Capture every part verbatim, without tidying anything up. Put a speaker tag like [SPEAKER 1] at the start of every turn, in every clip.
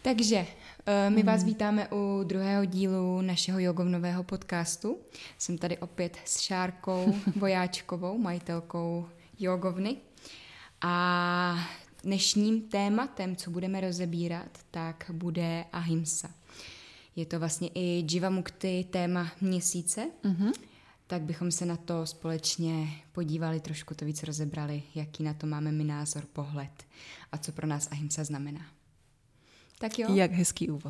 [SPEAKER 1] Takže uh, my vás vítáme u druhého dílu našeho jogovnového podcastu. Jsem tady opět s Šárkou Vojáčkovou, majitelkou jogovny. A dnešním tématem, co budeme rozebírat, tak bude ahimsa. Je to vlastně i Jivamukti téma měsíce, mm-hmm. tak bychom se na to společně podívali, trošku to víc rozebrali, jaký na to máme my názor, pohled a co pro nás ahimsa znamená. Tak jo.
[SPEAKER 2] Jak hezký úvod.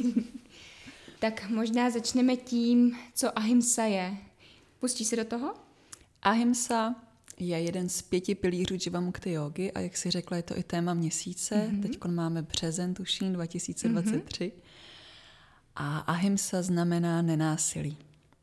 [SPEAKER 1] Tak možná začneme tím, co ahimsa je. Pustí se do toho?
[SPEAKER 2] Ahimsa je jeden z pěti pilířů Jivamukti jógy a jak si řekla, je to i téma měsíce. Mm-hmm. Teď máme březen, tuším, dva tisíce dvacet tři. Mm-hmm. A ahimsa znamená nenásilí.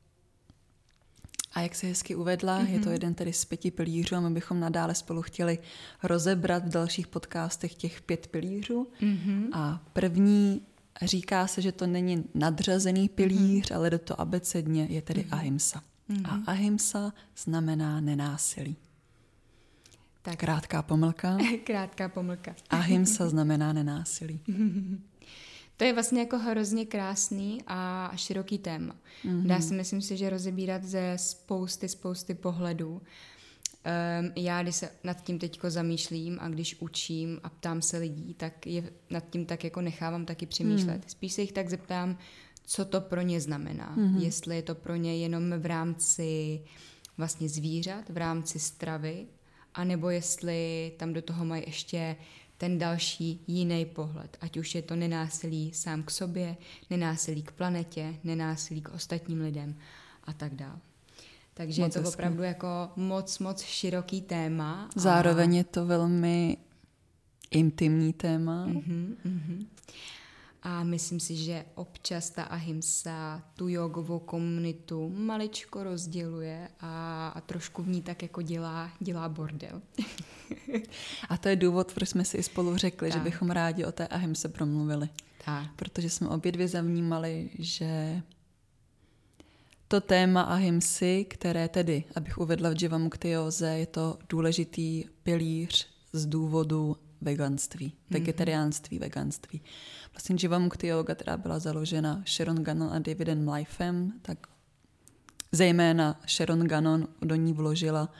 [SPEAKER 2] A jak se hezky uvedla, mm-hmm. je to jeden tedy z pěti pilířů a my bychom nadále spolu chtěli rozebrat v dalších podcastech těch pět pilířů. Mm-hmm. A první, říká se, že to není nadřazený pilíř, mm-hmm. ale do to abecedně je tedy mm-hmm. ahimsa. Mm-hmm. A ahimsa znamená nenásilí. Tak. Krátká pomlka.
[SPEAKER 1] Krátká pomlka.
[SPEAKER 2] Ahimsa znamená nenásilí.
[SPEAKER 1] To je vlastně jako hrozně krásný a široký téma. Mm-hmm. Dá se, myslím si, že rozebírat ze spousty, spousty pohledů. Um, já, když se nad tím teďko zamýšlím a když učím a ptám se lidí, tak je nad tím tak jako nechávám taky přemýšlet. Mm. Spíš se jich tak zeptám, co to pro ně znamená. Mm-hmm. Jestli je to pro ně jenom v rámci vlastně zvířat, v rámci stravy, anebo jestli tam do toho mají ještě ten další jiný pohled. Ať už je to nenásilí sám k sobě, nenásilí k planetě, nenásilí k ostatním lidem a tak dále. Takže moc je to hezky. Opravdu jako moc, moc široký téma.
[SPEAKER 2] Zároveň a... je to velmi intimní téma.
[SPEAKER 1] Mm-hmm, mm-hmm. A myslím si, že občas ta ahimsa tu jogovou komunitu maličko rozděluje a, a trošku v ní tak jako dělá, dělá bordel.
[SPEAKER 2] A to je důvod, proč jsme si i spolu řekli, tak. že bychom rádi o té ahimse promluvili.
[SPEAKER 1] Tak.
[SPEAKER 2] Protože jsme obě dvě zavnímali, že to téma ahimsy, které tedy, abych uvedla v Jivamukti józe, je to důležitý pilíř z důvodu veganství, mm-hmm. vegetariánství, veganství. Vlastně Jivamukti jóga, která byla založena Sharon Gannon a Davidem Lifem, tak zejména Sharon Gannon do ní vložila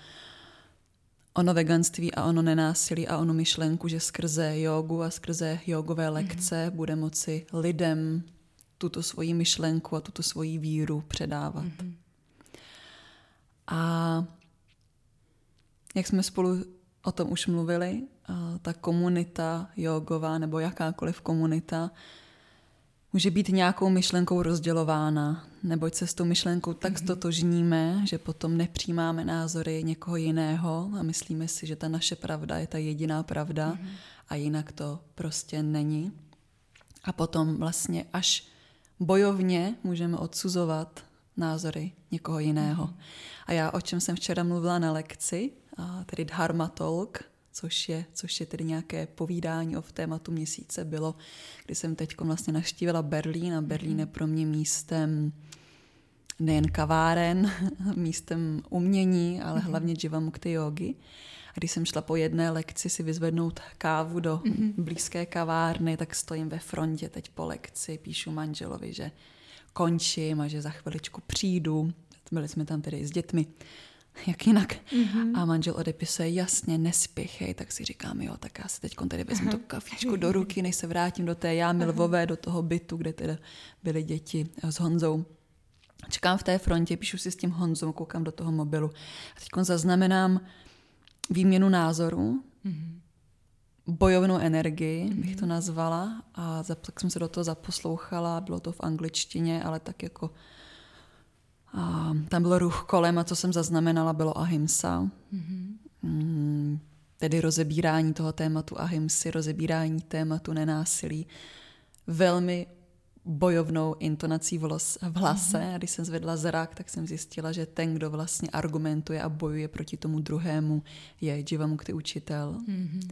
[SPEAKER 2] ono veganství a ono nenásilí a ono myšlenku, že skrze jógu a skrze jogové lekce mm-hmm. bude moci lidem tuto svoji myšlenku a tuto svoji víru předávat. Mm-hmm. A jak jsme spolu o tom už mluvili, ta komunita jogová nebo jakákoliv komunita může být nějakou myšlenkou rozdělována, neboť se s tou myšlenkou tak stotožníme, že potom nepřijímáme názory někoho jiného a myslíme si, že ta naše pravda je ta jediná pravda mm-hmm. a jinak to prostě není. A potom vlastně až bojovně můžeme odsuzovat názory někoho jiného. Mm-hmm. A já, o čem jsem včera mluvila na lekci, a tedy Dharma Talk, což je, což je tedy nějaké povídání o tématu měsíce, bylo, kdy jsem teď vlastně navštívila Berlín a Berlín je pro mě místem nejen kaváren, místem umění, ale hlavně Jivamukti jógy. A když jsem šla po jedné lekci si vyzvednout kávu do mm-hmm. blízké kavárny, tak stojím ve frontě teď po lekci, píšu manželovi, že končím a že za chviličku přijdu. Byli jsme tam tedy s dětmi. Jak jinak. Mm-hmm. A manžel odepisuje, jasně, nespěchej, tak si říkám, jo, tak já si teď tady vezmu to kafíčko do ruky, než se vrátím do té jámy lvové, do toho bytu, kde teda byly děti s Honzou. Čekám v té frontě, píšu si s tím Honzou, koukám do toho mobilu. A teď zaznamenám výměnu názoru, mm-hmm. bojovnou energii, mm-hmm. bych to nazvala, a tak jsem se do toho zaposlouchala, bylo to v angličtině, ale tak jako a tam bylo ruch kolem a co jsem zaznamenala, bylo ahimsa. Mm-hmm. Mm, tedy rozebírání toho tématu ahimsy, rozebírání tématu nenásilí. Velmi bojovnou intonací v, los, v hlase. Mm-hmm. A když jsem zvedla zrak, tak jsem zjistila, že ten, kdo vlastně argumentuje a bojuje proti tomu druhému, je Jivamukti učitel. Mm-hmm.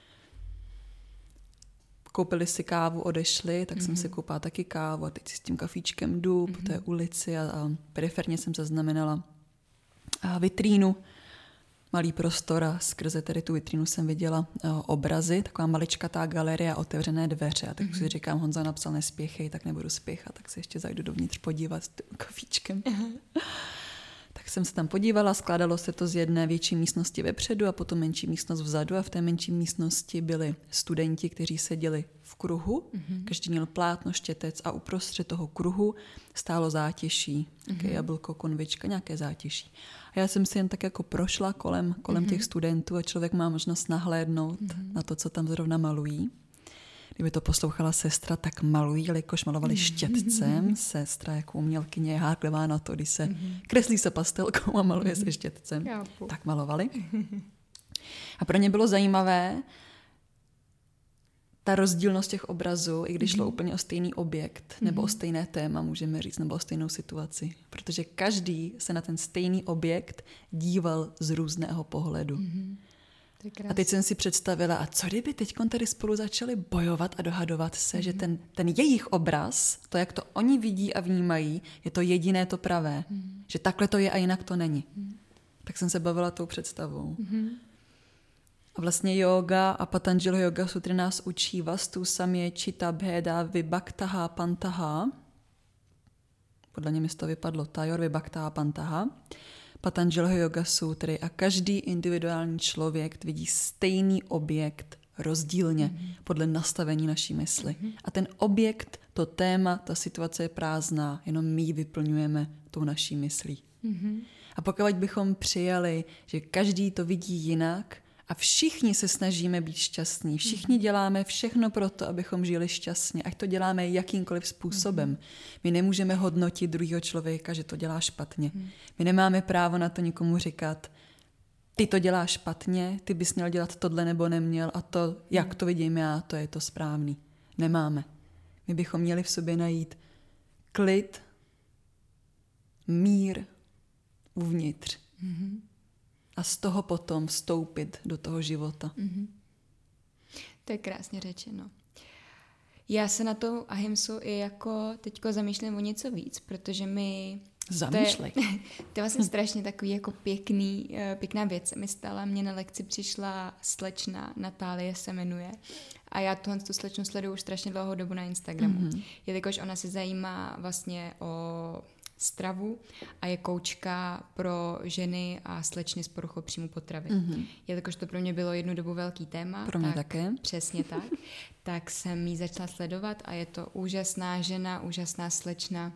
[SPEAKER 2] Koupili si kávu, odešli, tak mm-hmm. jsem si koupila taky kávu a teď si s tím kafíčkem jdu mm-hmm. po té ulici a, a periferně jsem zaznamenala a vitrínu malý prostor a skrze tady tu vitrínu jsem viděla uh, obrazy, taková maličkatá galerie a otevřené dveře. A tak mm-hmm. si říkám, Honza napsal nespěchej, tak nebudu spěchat, tak se ještě zajdu dovnitř podívat s tím kafičkem. Mm-hmm. Tak jsem se tam podívala, skládalo se to z jedné větší místnosti vepředu a potom menší místnost vzadu a v té menší místnosti byli studenti, kteří seděli v kruhu, mm-hmm. každý měl plátno, štětec a uprostřed toho kruhu stálo zátěší, nějaké mm-hmm. jablko, konvička, nějaké zátěší. A já jsem si jen tak jako prošla kolem, kolem mm-hmm. těch studentů a člověk má možnost nahlédnout mm-hmm. na to, co tam zrovna malují. Kdyby to poslouchala sestra, tak malují, jelikož malovali štětcem. Sestra jako umělkyně je háklivá na to, když se kreslí se pastelkou a maluje se štětcem. Tak malovali. A pro ně bylo zajímavé ta rozdílnost těch obrazů, i když šlo úplně o stejný objekt, nebo o stejné téma, můžeme říct, nebo o stejnou situaci. Protože každý se na ten stejný objekt díval z různého pohledu. A teď jsem si představila, a co kdyby teď tady spolu začali bojovat a dohadovat se, mm-hmm. že ten, ten jejich obraz, to, jak to oni vidí a vnímají, je to jediné to pravé. Mm-hmm. Že takhle to je a jinak to není. Mm-hmm. Tak jsem se bavila tou představou. Mm-hmm. A vlastně yoga a Patanjali Yoga Sutry nás učí vastu samye chitta bheda vibhaktaha pantaha. Podle mě mi to vypadlo tajor vibhaktaha pantaha. Patanjali Yoga Sutry a každý individuální člověk vidí stejný objekt rozdílně mm-hmm. podle nastavení naší mysli. Mm-hmm. A ten objekt, to téma, ta situace je prázdná, jenom my ji vyplňujeme tou naší myslí. Mm-hmm. A pokud bychom přijali, že každý to vidí jinak a všichni se snažíme být šťastní, všichni děláme všechno pro to, abychom žili šťastně, ať to děláme jakýmkoliv způsobem. My nemůžeme hodnotit druhého člověka, že to dělá špatně. My nemáme právo na to nikomu říkat, ty to děláš špatně, ty bys měl dělat tohle nebo neměl a to, jak to vidím já, to je to správný. Nemáme. My bychom měli v sobě najít klid, mír uvnitř. Mm-hmm. A z toho potom vstoupit do toho života. Mm-hmm.
[SPEAKER 1] To je krásně řečeno. Já se na to ahimsu i jako teďko zamýšlím o něco víc, protože mi...
[SPEAKER 2] Zamýšlej.
[SPEAKER 1] To je, to je vlastně strašně takový jako pěkný, pěkná věc. Mi stala, mě na lekci přišla slečna, Natálie se jmenuje. A já tuhle tu slečnu sleduju už strašně dlouhou dobu na Instagramu. Mm-hmm. Jelikož ona se zajímá vlastně o stravu a je koučka pro ženy a slečny s poruchou příjmu potravy. Mm-hmm. Jelikož to pro mě bylo jednu dobu velký téma.
[SPEAKER 2] Pro mě tak, také.
[SPEAKER 1] Přesně tak. Tak jsem ji začala sledovat a je to úžasná žena, úžasná slečna.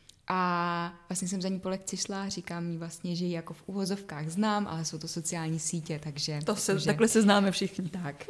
[SPEAKER 1] A vlastně jsem za ní po lekci šla a říkám jí vlastně, že ji jako v uvozovkách znám, ale jsou to sociální sítě, takže...
[SPEAKER 2] To se, že... Takhle se známe všichni.
[SPEAKER 1] Tak.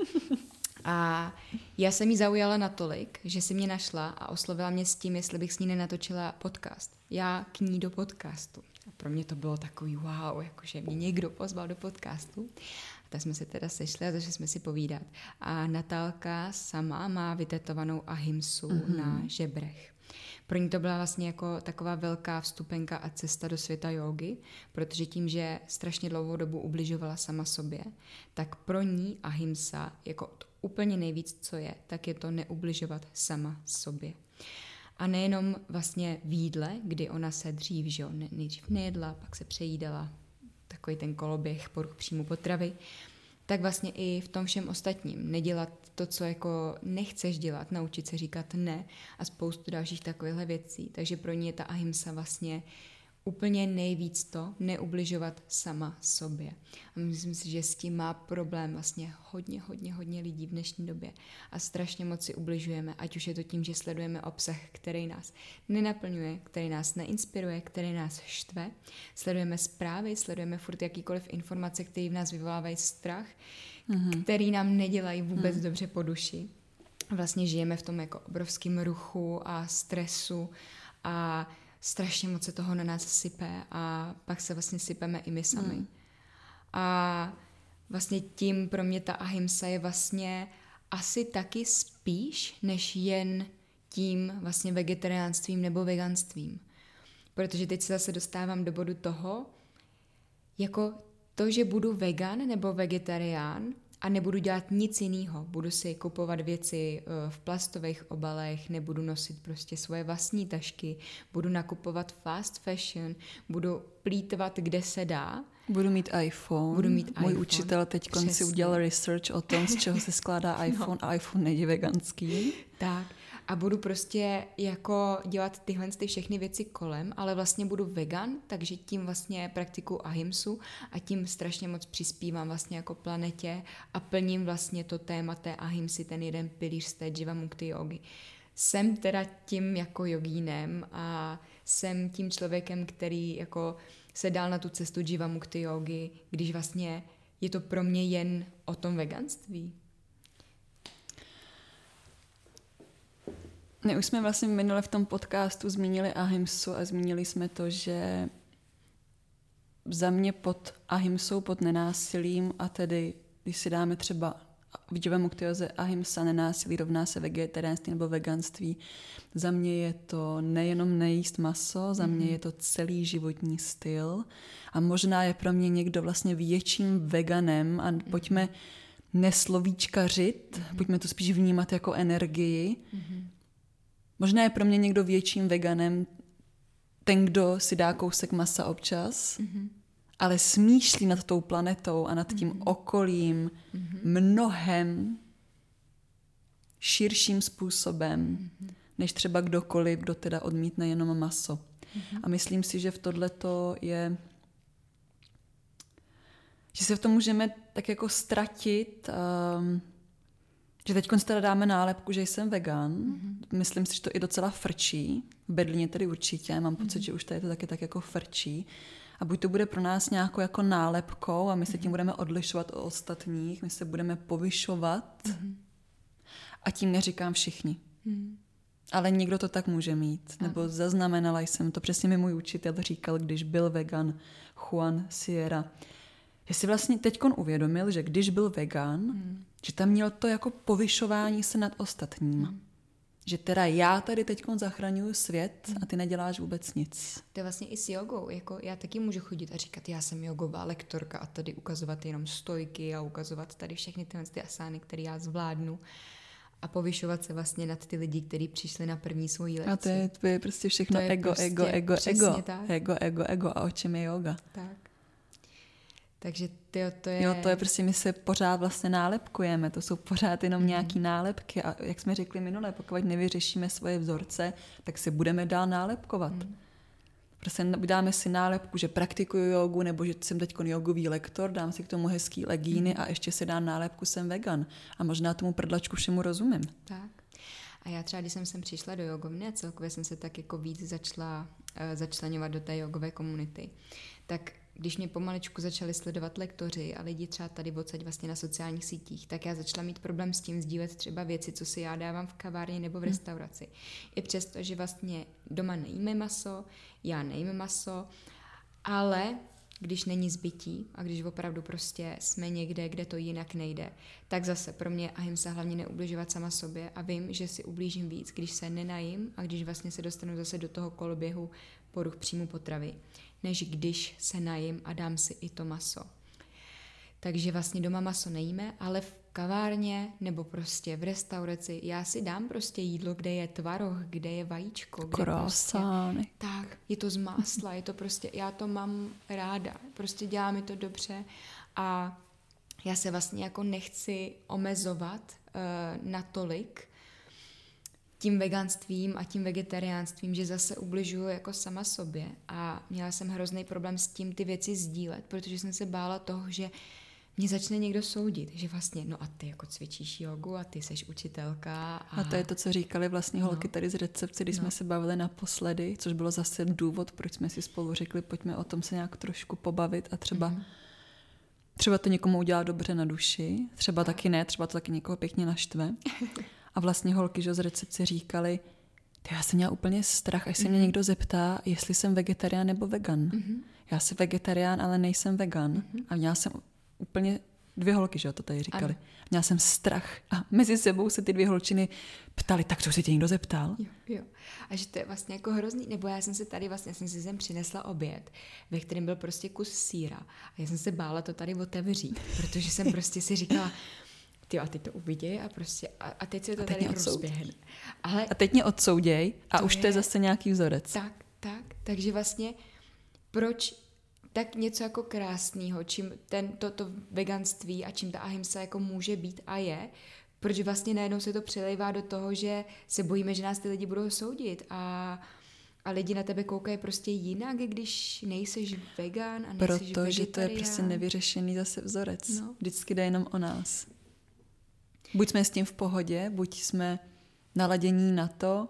[SPEAKER 1] A já jsem jí zaujala natolik, že si mě našla a oslovila mě s tím, jestli bych s ní nenatočila podcast. Já k ní do podcastu. A pro mě to bylo takový wow, jakože mě někdo pozval do podcastu. A tak jsme se teda sešli a začali jsme si povídat. A Natálka sama má vytetovanou ahimsu mm-hmm. na žebrech. Pro ní to byla vlastně jako taková velká vstupenka a cesta do světa jógy, protože tím, že strašně dlouhou dobu ubližovala sama sobě, tak pro ní ahimsa, jako to úplně nejvíc, co je, tak je to neubližovat sama sobě. A nejenom vlastně v jídle, kdy ona se dřív, že jo, nejdřív nejedla, pak se přejídala, takový ten koloběh poruch příjmu potravy, tak vlastně i v tom všem ostatním. Nedělat to, co jako nechceš dělat, naučit se říkat ne a spoustu dalších takovýchhle věcí. Takže pro ní je ta ahimsa vlastně úplně nejvíc to, neubližovat sama sobě. A myslím si, že s tím má problém vlastně hodně, hodně, hodně lidí v dnešní době. A strašně moc si ubližujeme, ať už je to tím, že sledujeme obsah, který nás nenaplňuje, který nás neinspiruje, který nás štve. Sledujeme zprávy, sledujeme furt jakýkoliv informace, které v nás vyvolávají strach, mm-hmm. který nám nedělají vůbec mm. dobře po duši. Vlastně žijeme v tom jako obrovském ruchu a stresu a strašně moc se toho na nás sype a pak se vlastně sypeme i my sami. Mm. A vlastně tím pro mě ta ahimsa je vlastně asi taky spíš, než jen tím vlastně vegetariánstvím nebo veganstvím. Protože teď se zase dostávám do bodu toho, jako to, že budu vegan nebo vegetarián a nebudu dělat nic jiného. Budu si kupovat věci v plastových obalech, nebudu nosit prostě svoje vlastní tašky, budu nakupovat fast fashion, budu plýtvat, kde se dá
[SPEAKER 2] Budu mít iPhone.
[SPEAKER 1] Budu mít
[SPEAKER 2] Můj
[SPEAKER 1] iPhone.
[SPEAKER 2] učitel teď si udělal research o tom, z čeho se skládá iPhone no. a iPhone není veganský.
[SPEAKER 1] Tak. A budu prostě jako dělat tyhle ty všechny věci kolem, ale vlastně budu vegan, takže tím vlastně praktikuju ahimsu a tím strašně moc přispívám vlastně jako planetě a plním vlastně to téma té ahimsy, ten jeden pilíř z té Jivamukti jógy. Jsem teda tím jako jogínem a jsem tím člověkem, který jako se dal na tu cestu Jivamukti jógy, když vlastně je to pro mě jen o tom veganství.
[SPEAKER 2] My už jsme vlastně minule v tom podcastu zmínili ahimsu a zmínili jsme to, že za mě pod ahimsou, pod nenásilím a tedy, když si dáme třeba v Jivamukti józe ahimsa, nenásilí rovná se vegetariánství nebo veganství, za mě je to nejenom nejíst maso, za mě je to celý životní styl a možná je pro mě někdo vlastně větším veganem a pojďme neslovíčkařit, pojďme to spíš vnímat jako energii. Možná je pro mě někdo větším veganem ten, kdo si dá kousek masa občas, mm-hmm. ale smýšlí nad tou planetou a nad tím mm-hmm. okolím mm-hmm. mnohem širším způsobem, mm-hmm. než třeba kdokoliv, kdo teda odmítne jenom maso. Mm-hmm. A myslím si, že v tohleto je, že se v tom můžeme tak jako ztratit, um, že teď teda dáme nálepku, že jsem vegan. Mm-hmm. Myslím si, že to i docela frčí. V Berlíně tedy určitě. Mám pocit, mm-hmm. že už tady to taky tak jako frčí. A buď to bude pro nás nějakou jako nálepkou a my se tím budeme odlišovat od ostatních, my se budeme povyšovat. Mm-hmm. A tím neříkám všichni. Mm-hmm. Ale někdo to tak může mít. Nebo mm-hmm. zaznamenala jsem to. Přesně mi můj učitel říkal, když byl vegan, Juan Sierra, že si vlastně teďkon uvědomil, že když byl vegan, mm. že tam měl to jako povyšování se nad ostatníma. Mm. Že teda já tady teďkon zachraňuju svět mm. a ty neděláš vůbec nic.
[SPEAKER 1] To je vlastně i s jogou. Jako já taky můžu chodit a říkat, já jsem jogová lektorka a tady ukazovat jenom stojky a ukazovat tady všechny tyhle ty asány, které já zvládnu. A povyšovat se vlastně nad ty lidi, kteří přišli na první svoji lekci.
[SPEAKER 2] A to je, to je prostě všechno je ego, prostě ego, ego, ego, ego, ego, ego. A o čem je yoga?
[SPEAKER 1] Tak. Takže tyjo, to je...
[SPEAKER 2] Jo, to je prostě, my se pořád vlastně nálepkujeme, to jsou pořád jenom mm. nějaký nálepky a jak jsme řekli minule, pokud nevyřešíme svoje vzorce, tak se budeme dál nálepkovat. Mm. Prostě dáme si nálepku, že praktikuju jogu, nebo že jsem teď jogový lektor, dám si k tomu hezký legíny mm. a ještě si dám nálepku, jsem vegan. A možná tomu prdlačku všemu rozumím.
[SPEAKER 1] Tak. A já třeba, když jsem sem přišla do jogovny a celkově jsem se tak jako víc začala uh, začleňovat do té jogové komunity, tak když mě pomaličku začali sledovat lektoři a lidi třeba tady odsaď vlastně na sociálních sítích, tak já začala mít problém s tím sdílet třeba věci, co si já dávám v kavárně nebo v restauraci. Hmm. I přesto, že vlastně doma nejíme maso, já nejím maso, ale když není zbytí a když opravdu prostě jsme někde, kde to jinak nejde, tak zase pro mě ahimsa hlavně neubližovat sama sobě a vím, že si ublížím víc, když se nenajím a když vlastně se dostanu zase do toho koloběhu poruch příjmu potravy, než když se najím a dám si i to maso. Takže vlastně doma maso nejíme, ale v kavárně nebo prostě v restauraci já si dám prostě jídlo, kde je tvaroh, kde je vajíčko. Kde prostě, tak, je to z másla, je to prostě, já to mám ráda, prostě dělá mi to dobře a já se vlastně jako nechci omezovat uh, natolik tím veganstvím a tím vegetariánstvím, že zase ubližuju jako sama sobě a měla jsem hrozný problém s tím ty věci sdílet, protože jsem se bála toho, že mě začne někdo soudit, že vlastně, no a ty jako cvičíš jogu a ty seš učitelka. A,
[SPEAKER 2] a to je to, co říkali vlastně holky no. tady z recepce, když no. jsme se bavili naposledy, což bylo zase důvod, proč jsme si spolu řekli, pojďme o tom se nějak trošku pobavit a třeba mm-hmm. třeba to někomu udělá dobře na duši, třeba tak. taky ne, třeba to taky někoho pěkně naštve. A vlastně holky, že z recepce říkali, já jsem měla úplně strach, až se mm-hmm. mě někdo zeptá, jestli jsem vegetarián nebo vegan. Mm-hmm. Já jsem vegetarián, ale nejsem vegan. Mm-hmm. A měla jsem úplně dvě holky, že to tady říkali. Ano. Měla jsem strach a mezi sebou se ty dvě holčiny ptali, tak co se tě někdo zeptal?
[SPEAKER 1] Jo, jo. A že to je vlastně jako hrozný, nebo já jsem se tady vlastně, jsem si sem přinesla oběd, ve kterém byl prostě kus sýra. A já jsem se bála to tady otevřít, protože jsem prostě si říkala, ty a ty to uviděj a prostě a, a teď se to teď tady rozběhne. Ale
[SPEAKER 2] a teď mě odsouděj a to už je, to je zase nějaký vzorec.
[SPEAKER 1] Tak, tak, takže vlastně proč tak něco jako krásného, čím ten, to, to veganství a čím ta ahimsa jako může být a je, protože vlastně najednou se to přelejvá do toho, že se bojíme, že nás ty lidi budou soudit a, a lidi na tebe koukají prostě jinak, když nejseš vegan a nejseš vegetarián.
[SPEAKER 2] Protože to je prostě nevyřešený zase vzorec. No. Vždycky jde jenom o nás. Buď jsme s tím v pohodě, buď jsme naladění na to,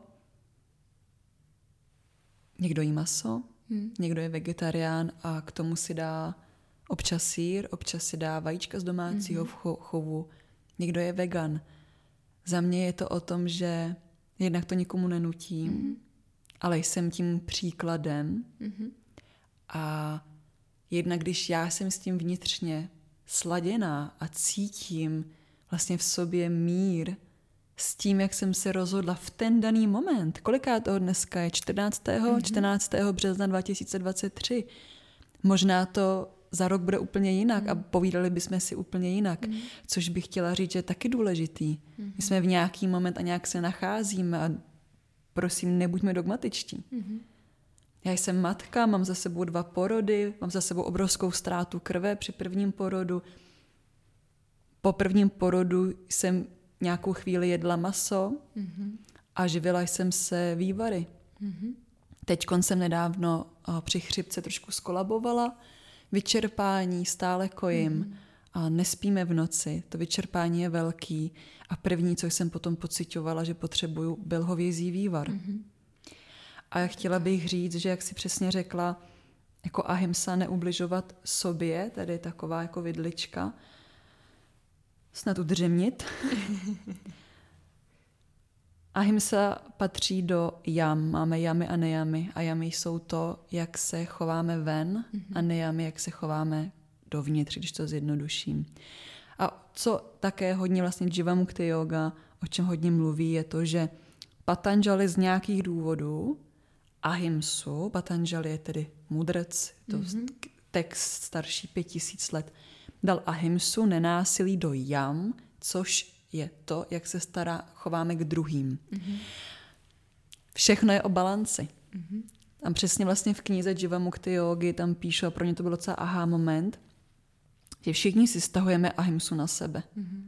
[SPEAKER 2] někdo jí maso, hmm. někdo je vegetarián a k tomu si dá občas sýr, občas si dá vajíčka z domácího mm-hmm. chovu. Někdo je vegan. Za mě je to o tom, že jednak to nikomu nenutím, mm-hmm. ale jsem tím příkladem. Mm-hmm. A jednak když já jsem s tím vnitřně sladěná a cítím vlastně v sobě mír s tím, jak jsem se rozhodla v ten daný moment. Koliká toho dneska je? čtrnáctého Mm-hmm. čtrnáctého března dva tisíce dvacet tři. Možná to za rok bude úplně jinak mm. a povídali bychom si úplně jinak, mm. což bych chtěla říct, že je taky důležitý. Mm. My jsme v nějaký moment a nějak se nacházíme a prosím, nebuďme dogmatičtí. Mm. Já jsem matka, mám za sebou dva porody, mám za sebou obrovskou ztrátu krve při prvním porodu. Po prvním porodu jsem nějakou chvíli jedla maso mm. a živila jsem se vývary. Mm. Teďkon jsem nedávno při chřipce trošku skolabovala, vyčerpání, stále kojím mm. a nespíme v noci. To vyčerpání je velký a první, co jsem potom pociťovala, že potřebuju, byl hovězí vývar. Mm. A já chtěla bych říct, že jak si přesně řekla, jako ahimsa neubližovat sobě, tady je taková jako vidlička, snad udřemnit. Ahimsa patří do jam. Máme jamy a nejamy. A jamy jsou to, jak se chováme ven mm-hmm. a nejamy, jak se chováme dovnitř, když to zjednoduším. A co také hodně vlastně Jivamukti yoga, o čem hodně mluví, je to, že Patanjali z nějakých důvodů ahimsu, Patanjali je tedy mudrc, to mm-hmm. text starší pět tisíc let, dal ahimsu, nenásilí do jam, což je to, jak se stará, chováme k druhým. Mm-hmm. Všechno je o balanci. Mm-hmm. A přesně vlastně v knize Jivamukti Jógy tam píšu, a pro ně to byl docela aha moment, že všichni si stahujeme ahimsu na sebe. Mm-hmm.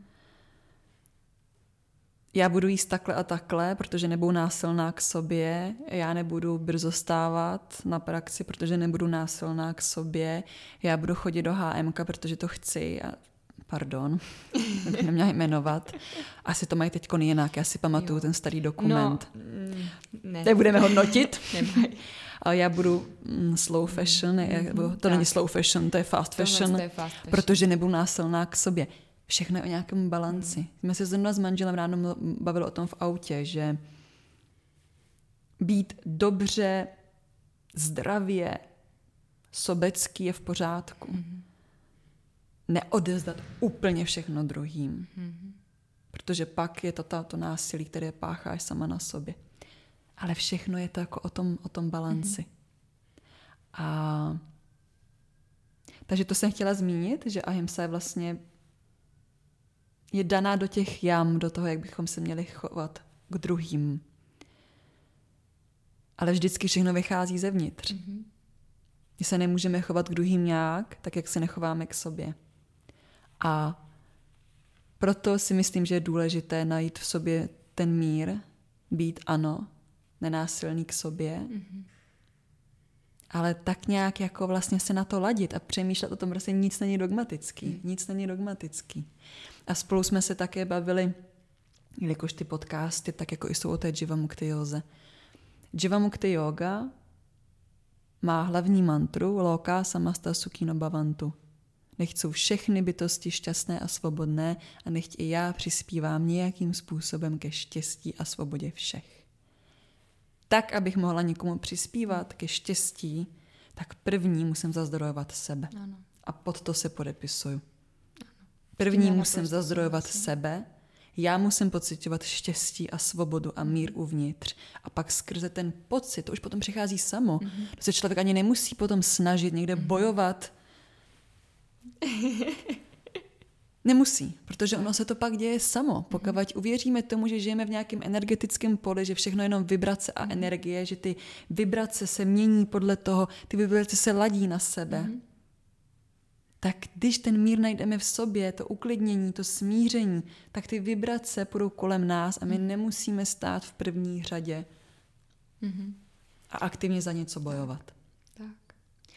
[SPEAKER 2] Já budu jíst takhle a takhle, protože nebudu násilná k sobě. Já nebudu brzo stávat na praxi, protože nebudu násilná k sobě. Já budu chodit do há emka, protože to chci. A pardon, bych neměla jmenovat. Asi to mají teďko jinak, já si pamatuju jo. ten starý dokument. No, ne. Tak budeme hodnotit. A já budu mm, slow fashion, mm, to tak. není slow fashion, to je fast fashion, je fast fashion, protože nebudu násilná k sobě. Všechno je o nějakém balanci. Mm. Jsme se zrovna s manželem ráno bavili o tom v autě, že být dobře, zdravě, sobecký je v pořádku. Mm. Neodezdat úplně všechno druhým. Mm-hmm. Protože pak je to to násilí, které pácháš sama na sobě. Ale všechno je to jako o tom, o tom balanci. Mm-hmm. A takže to jsem chtěla zmínit, že ahimsa je vlastně je daná do těch jam, do toho, jak bychom se měli chovat k druhým. Ale vždycky všechno vychází zevnitř. Mm-hmm. My se nemůžeme chovat k druhým nějak, tak jak se nechováme k sobě. A proto si myslím, že je důležité najít v sobě ten mír, být ano, nenásilný k sobě, mm-hmm. ale tak nějak jako vlastně se na to ladit a přemýšlet o tom, prostě nic není dogmatický. Mm. Nic není dogmatický. A spolu jsme se také bavili, jelikož ty podcasty, tak jako i jsou o té Jivamukti józe. Jivamukti yoga má hlavní mantru Loka samasta sukhino bhavantu. Nechť jsou všechny bytosti šťastné a svobodné a nechť i já přispívám nějakým způsobem ke štěstí a svobodě všech. Tak, abych mohla někomu přispívat ke štěstí, tak první musím zazdrojovat sebe. Ano. A pod to se podepisuju. Ano. První musím zazdrojovat musím. sebe, já musím pociťovat štěstí a svobodu a mír uvnitř. A pak skrze ten pocit, to už potom přichází samo. Mm-hmm. To se člověk ani nemusí potom snažit někde mm-hmm. bojovat. Nemusí, protože ono se to pak děje samo. Pokud uvěříme tomu, že žijeme v nějakém energetickém poli, že všechno je jenom vibrace a energie, že ty vibrace se mění podle toho, ty vibrace se ladí na sebe. Mm-hmm. tak když ten mír najdeme v sobě, to uklidnění, to smíření, tak ty vibrace půjdou kolem nás a my nemusíme stát v první řadě
[SPEAKER 1] Mm-hmm.
[SPEAKER 2] a aktivně za něco bojovat.
[SPEAKER 1] Tak.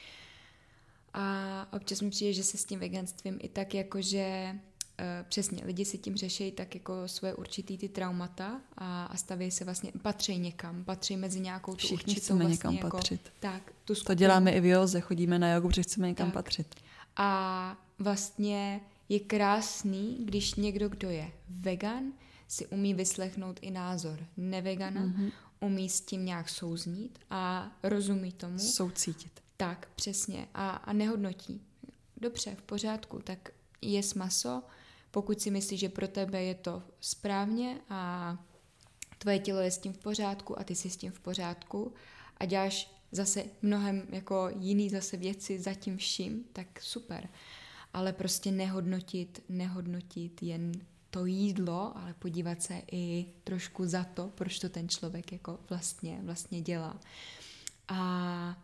[SPEAKER 1] A občas mi přijde, že se s tím veganstvím i tak jakože uh, přesně lidi si tím řeší tak jako svoje určitý ty traumata a, a staví se vlastně, patří někam, patří mezi nějakou tu
[SPEAKER 2] Všichni
[SPEAKER 1] určitou
[SPEAKER 2] chceme
[SPEAKER 1] vlastně
[SPEAKER 2] někam
[SPEAKER 1] jako,
[SPEAKER 2] patřit.
[SPEAKER 1] Tak, tu
[SPEAKER 2] To děláme i v józe, chodíme na jogu, protože chceme někam
[SPEAKER 1] tak.
[SPEAKER 2] patřit.
[SPEAKER 1] A vlastně je krásný, když někdo, kdo je vegan, si umí vyslechnout i názor nevegana, mm-hmm. umí s tím nějak souznít a rozumí tomu.
[SPEAKER 2] Soucítit.
[SPEAKER 1] Tak, přesně. A, a nehodnotí. Dobře, v pořádku, tak jes maso, pokud si myslíš, že pro tebe je to správně a tvoje tělo je s tím v pořádku a ty jsi s tím v pořádku a děláš zase mnohem jako jiný zase věci za tím vším, tak super. Ale prostě nehodnotit, nehodnotit jen to jídlo, ale podívat se i trošku za to, proč to ten člověk jako vlastně, vlastně dělá. A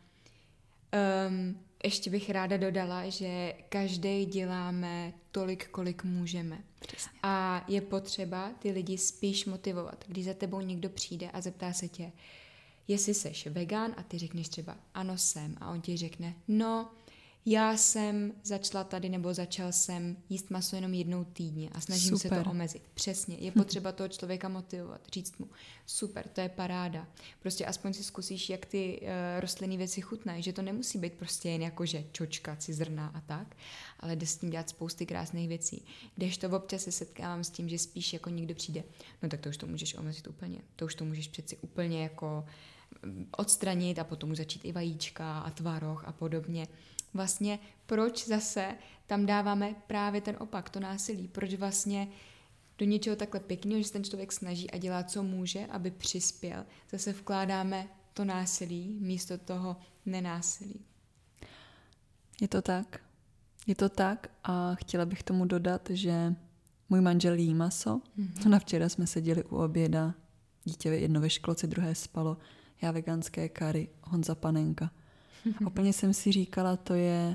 [SPEAKER 1] um, ještě bych ráda dodala, že každý děláme tolik, kolik můžeme.
[SPEAKER 2] Přesně.
[SPEAKER 1] A je potřeba ty lidi spíš motivovat. Když za tebou někdo přijde a zeptá se tě, jestli seš vegan a ty řekneš třeba ano jsem a on ti řekne no, já jsem začala tady nebo začal jsem jíst maso jenom jednou týdně a snažím
[SPEAKER 2] Super.
[SPEAKER 1] se to omezit. Přesně, je potřeba toho člověka motivovat, říct mu super, to je paráda. Prostě aspoň si zkusíš, jak ty uh, rostlinné věci chutnají, že to nemusí být prostě jen jakože čočka, cizrna a tak, ale jde s tím dělat spousty krásných věcí. Kdežto občas se setkávám s tím, že spíš jako někdo přijde, no tak to už to můžeš omezit úplně, to už to můžeš přeci úplně jako odstranit a potom už začít i vajíčka a tvaroh a podobně. Vlastně proč zase tam dáváme právě ten opak, to násilí, proč vlastně do něčeho takhle pěkného, že se ten člověk snaží a dělá, co může, aby přispěl, zase vkládáme to násilí místo toho nenásilí.
[SPEAKER 2] Je to tak. Je to tak a chtěla bych tomu dodat, že můj manžel jí maso. Mm-hmm. Na včera jsme seděli u oběda, dítě jedno ve školce, druhé spalo, já veganské kary, Honza panenka. A úplně jsem si říkala, to je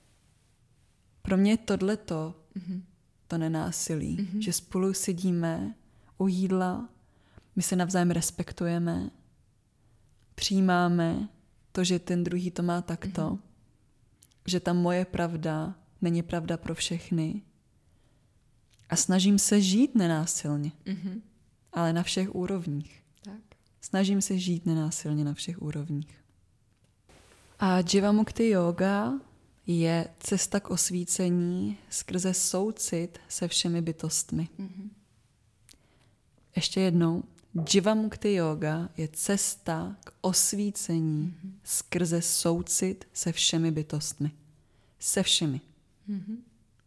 [SPEAKER 2] pro mě tohleto, mm-hmm. to nenásilí, mm-hmm. že spolu sedíme u jídla, my se navzájem respektujeme, přijímáme to, že ten druhý to má takto, mm-hmm. že ta moje pravda není pravda pro všechny a snažím se žít nenásilně, mm-hmm. ale na všech úrovních.
[SPEAKER 1] Tak.
[SPEAKER 2] Snažím se žít nenásilně na všech úrovních. A Jivamukti yoga je cesta k osvícení skrze soucit se všemi bytostmi. Mm-hmm. Ještě jednou. Jivamukti yoga je cesta k osvícení mm-hmm. skrze soucit se všemi bytostmi. Se všemi. Mm-hmm.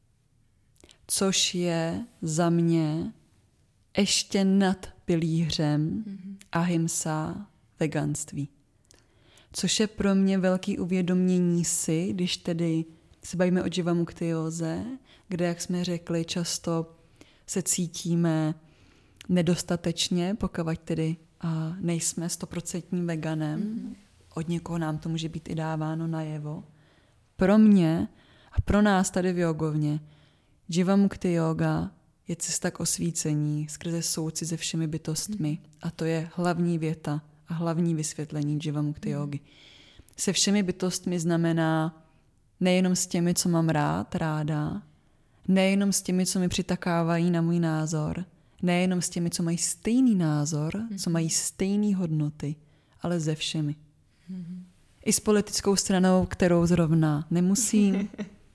[SPEAKER 2] Což je za mě ještě nad pilířem mm-hmm. ahimsa veganství. Což je pro mě velký uvědomění si, když tedy se bavíme o Jivamukti józe, kde, jak jsme řekli, často se cítíme nedostatečně, pokud tedy a nejsme stoprocentním veganem. Mm-hmm. Od někoho nám to může být i dáváno najevo. Pro mě a pro nás tady v jogovně Jivamukti yoga je cesta k osvícení skrze soucit se všemi bytostmi. Mm-hmm. A to je hlavní věta a hlavní vysvětlení Jivamukti jógy. Se všemi bytostmi znamená nejenom s těmi, co mám rád, ráda, nejenom s těmi, co mi přitakávají na můj názor, nejenom s těmi, co mají stejný názor, mm-hmm. co mají stejné hodnoty, ale se všemi. Mm-hmm. I s politickou stranou, kterou zrovna nemusím.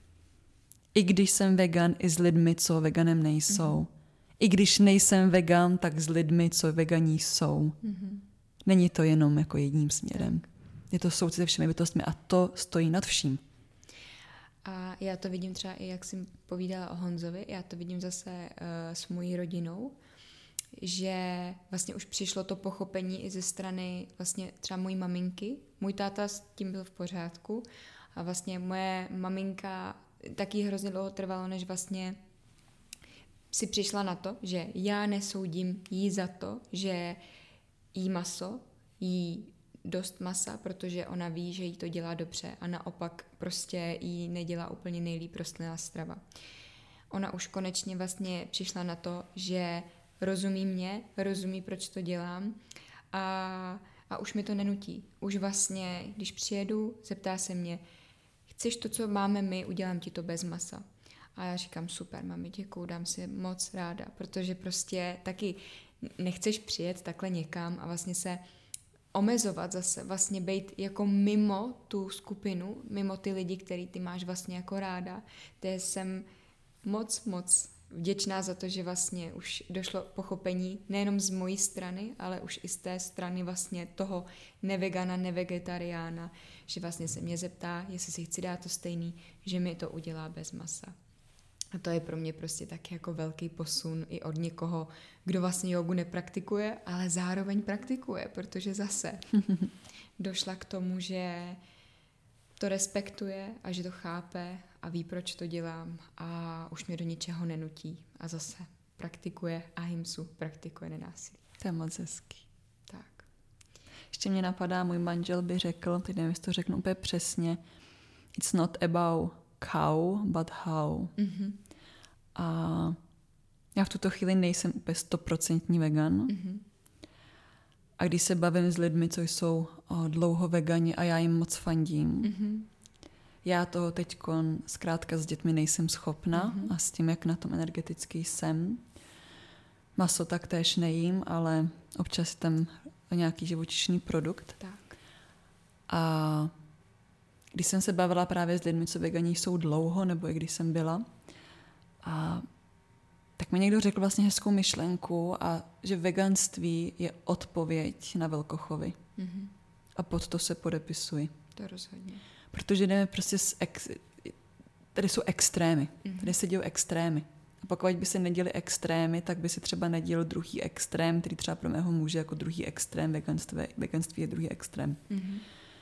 [SPEAKER 2] I když jsem vegan, i s lidmi, co veganem nejsou. Mm-hmm. I když nejsem vegan, tak s lidmi, co veganí jsou. Mm-hmm. Není to jenom jako jedním směrem. Tak. Je to soucit se všemi bytostmi a to stojí nad vším.
[SPEAKER 1] A já to vidím třeba i, jak jsem povídala o Honzovi, já to vidím zase uh, s mojí rodinou, že vlastně už přišlo to pochopení i ze strany vlastně třeba mojí maminky. Můj táta s tím byl v pořádku a vlastně moje maminka taky hrozně dlouho trvalo, než vlastně si přišla na to, že já nesoudím jí za to, že jí maso, jí dost masa, protože ona ví, že jí to dělá dobře a naopak prostě jí nedělá úplně nejlíp rostlinná strava. Ona už konečně vlastně přišla na to, že rozumí mě, rozumí, proč to dělám a, a už mi to nenutí. Už vlastně, když přijedu, zeptá se mě, chceš to, co máme my, udělám ti to bez masa. A já říkám, super, mami, děkuju, dám si moc ráda, protože prostě taky nechceš přijet takhle někam a vlastně se omezovat zase, vlastně být jako mimo tu skupinu, mimo ty lidi, který ty máš vlastně jako ráda. To jsem moc, moc vděčná za to, že vlastně už došlo pochopení nejenom z mojí strany, ale už i z té strany vlastně toho nevegana, nevegetariána, že vlastně se mě zeptá, jestli si chci dát to stejný, že mi to udělá bez masa. A to je pro mě prostě taky jako velký posun i od někoho, kdo vlastně jogu nepraktikuje, ale zároveň praktikuje, protože zase došla k tomu, že to respektuje a že to chápe a ví, proč to dělám a už mě do ničeho nenutí. A zase praktikuje ahimsu, praktikuje nenásilí.
[SPEAKER 2] To je moc hezký.
[SPEAKER 1] Tak.
[SPEAKER 2] Ještě mě napadá, můj manžel by řekl, teď nevím, jestli to řeknu úplně přesně, it's not about cow, but how. Mm-hmm. A já v tuto chvíli nejsem úplně stoprocentní vegan. Mm-hmm. A když se bavím s lidmi, co jsou o, dlouho vegani a já jim moc fandím, mm-hmm. já toho teďkon zkrátka s dětmi nejsem schopna mm-hmm. a s tím, jak na tom energetický jsem. Maso taktéž nejím, ale občas tam nějaký živočišný produkt.
[SPEAKER 1] Tak.
[SPEAKER 2] A když jsem se bavila právě s lidmi, co vegani jsou dlouho, nebo i když jsem byla, a tak mi někdo řekl vlastně hezkou myšlenku, a že veganství je odpověď na velkochovy. Mm-hmm. A pod to se podepisuji.
[SPEAKER 1] To rozhodně.
[SPEAKER 2] Protože jdeme prostě z ex... tady jsou extrémy. Mm-hmm. Tady se dějí extrémy. A pokud by se neděli extrémy, tak by se třeba neděl druhý extrém, který třeba pro mého muže jako druhý extrém veganství, veganství je druhý extrém. Mm-hmm.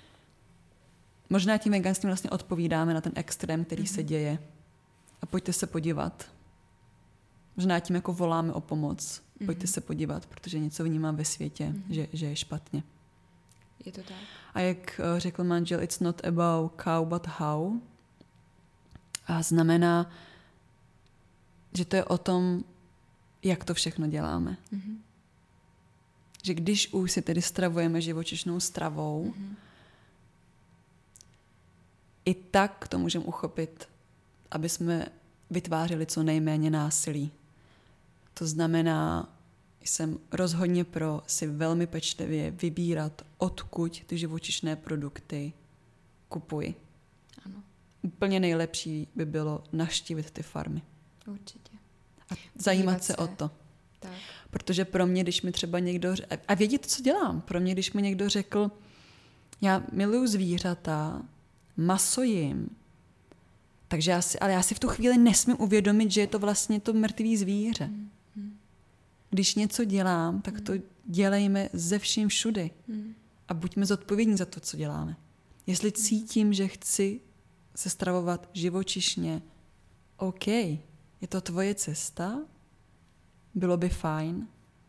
[SPEAKER 2] Možná tím veganstvím vlastně odpovídáme na ten extrém, který mm-hmm. se děje. A pojďte se podívat. Možná tím jako voláme o pomoc. Pojďte mm-hmm. se podívat, protože něco vnímám ve světě, mm-hmm. že, že je špatně.
[SPEAKER 1] Je to tak.
[SPEAKER 2] A jak řekl manžel, it's not about cow, but how. A znamená, že to je o tom, jak to všechno děláme. Mm-hmm. Že když už si tedy stravujeme živočišnou stravou, mm-hmm. i tak to můžeme uchopit, aby jsme vytvářeli co nejméně násilí. To znamená, jsem rozhodně pro si velmi pečlivě vybírat, odkud ty živočišné produkty kupuji.
[SPEAKER 1] Ano.
[SPEAKER 2] Úplně nejlepší by bylo navštívit ty farmy.
[SPEAKER 1] Určitě.
[SPEAKER 2] A zajímat se, se o to.
[SPEAKER 1] Tak.
[SPEAKER 2] Protože pro mě, když mi třeba někdo... A vědět, co dělám. Pro mě, když mi někdo řekl, já miluju zvířata, maso jim, takže já si, ale já si v tu chvíli nesmím uvědomit, že je to vlastně to mrtvý zvíře. Mm. Mm. Když něco dělám, tak mm. to dělejme ze vším všudy. Mm. A buďme zodpovědní za to, co děláme. Jestli cítím, že chci se stravovat živočišně, OK, je to tvoje cesta, bylo by fajn,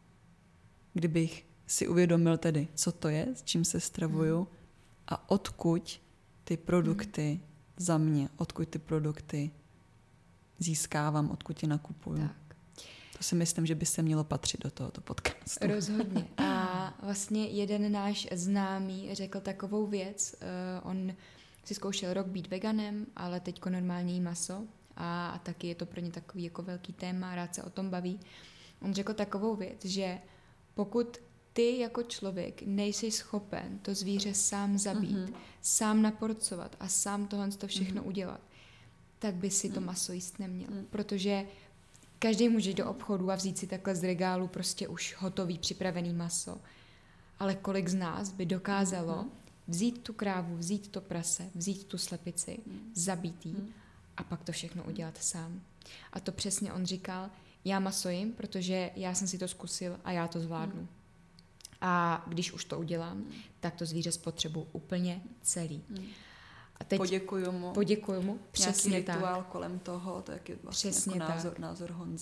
[SPEAKER 2] kdybych si uvědomil tedy, co to je, s čím se stravuju mm. a odkud ty produkty mm. za mě, odkud ty produkty získávám, odkud je nakupuju.
[SPEAKER 1] Tak.
[SPEAKER 2] To si myslím, že by se mělo patřit do tohoto podcastu.
[SPEAKER 1] Rozhodně. A vlastně jeden náš známý řekl takovou věc, uh, on si zkoušel rok být veganem, ale teďko normálně jí maso a, a taky je to pro ně takový jako velký téma, rád se o tom baví. On řekl takovou věc, že pokud ty jako člověk nejsi schopen to zvíře sám zabít, mm-hmm. sám naporcovat a sám tohle to všechno mm-hmm. udělat, tak by si to maso jíst neměl. Mm. Protože každý může jít do obchodu a vzít si takhle z regálu prostě už hotový, připravený maso. Ale kolik z nás by dokázalo mm. vzít tu krávu, vzít to prase, vzít tu slepici, mm. zabít jí mm. a pak to všechno udělat sám. A to přesně on říkal, já maso jim, protože já jsem si to zkusil a já to zvládnu. Mm. A když už to udělám, mm. tak to zvíře spotřebuji úplně celý. Mm. A teď
[SPEAKER 2] poděkuju mu.
[SPEAKER 1] Poděkuju mu, přesně
[SPEAKER 2] nějaký
[SPEAKER 1] tak.
[SPEAKER 2] rituál kolem toho, to je vlastně jako názor, názor Honzy.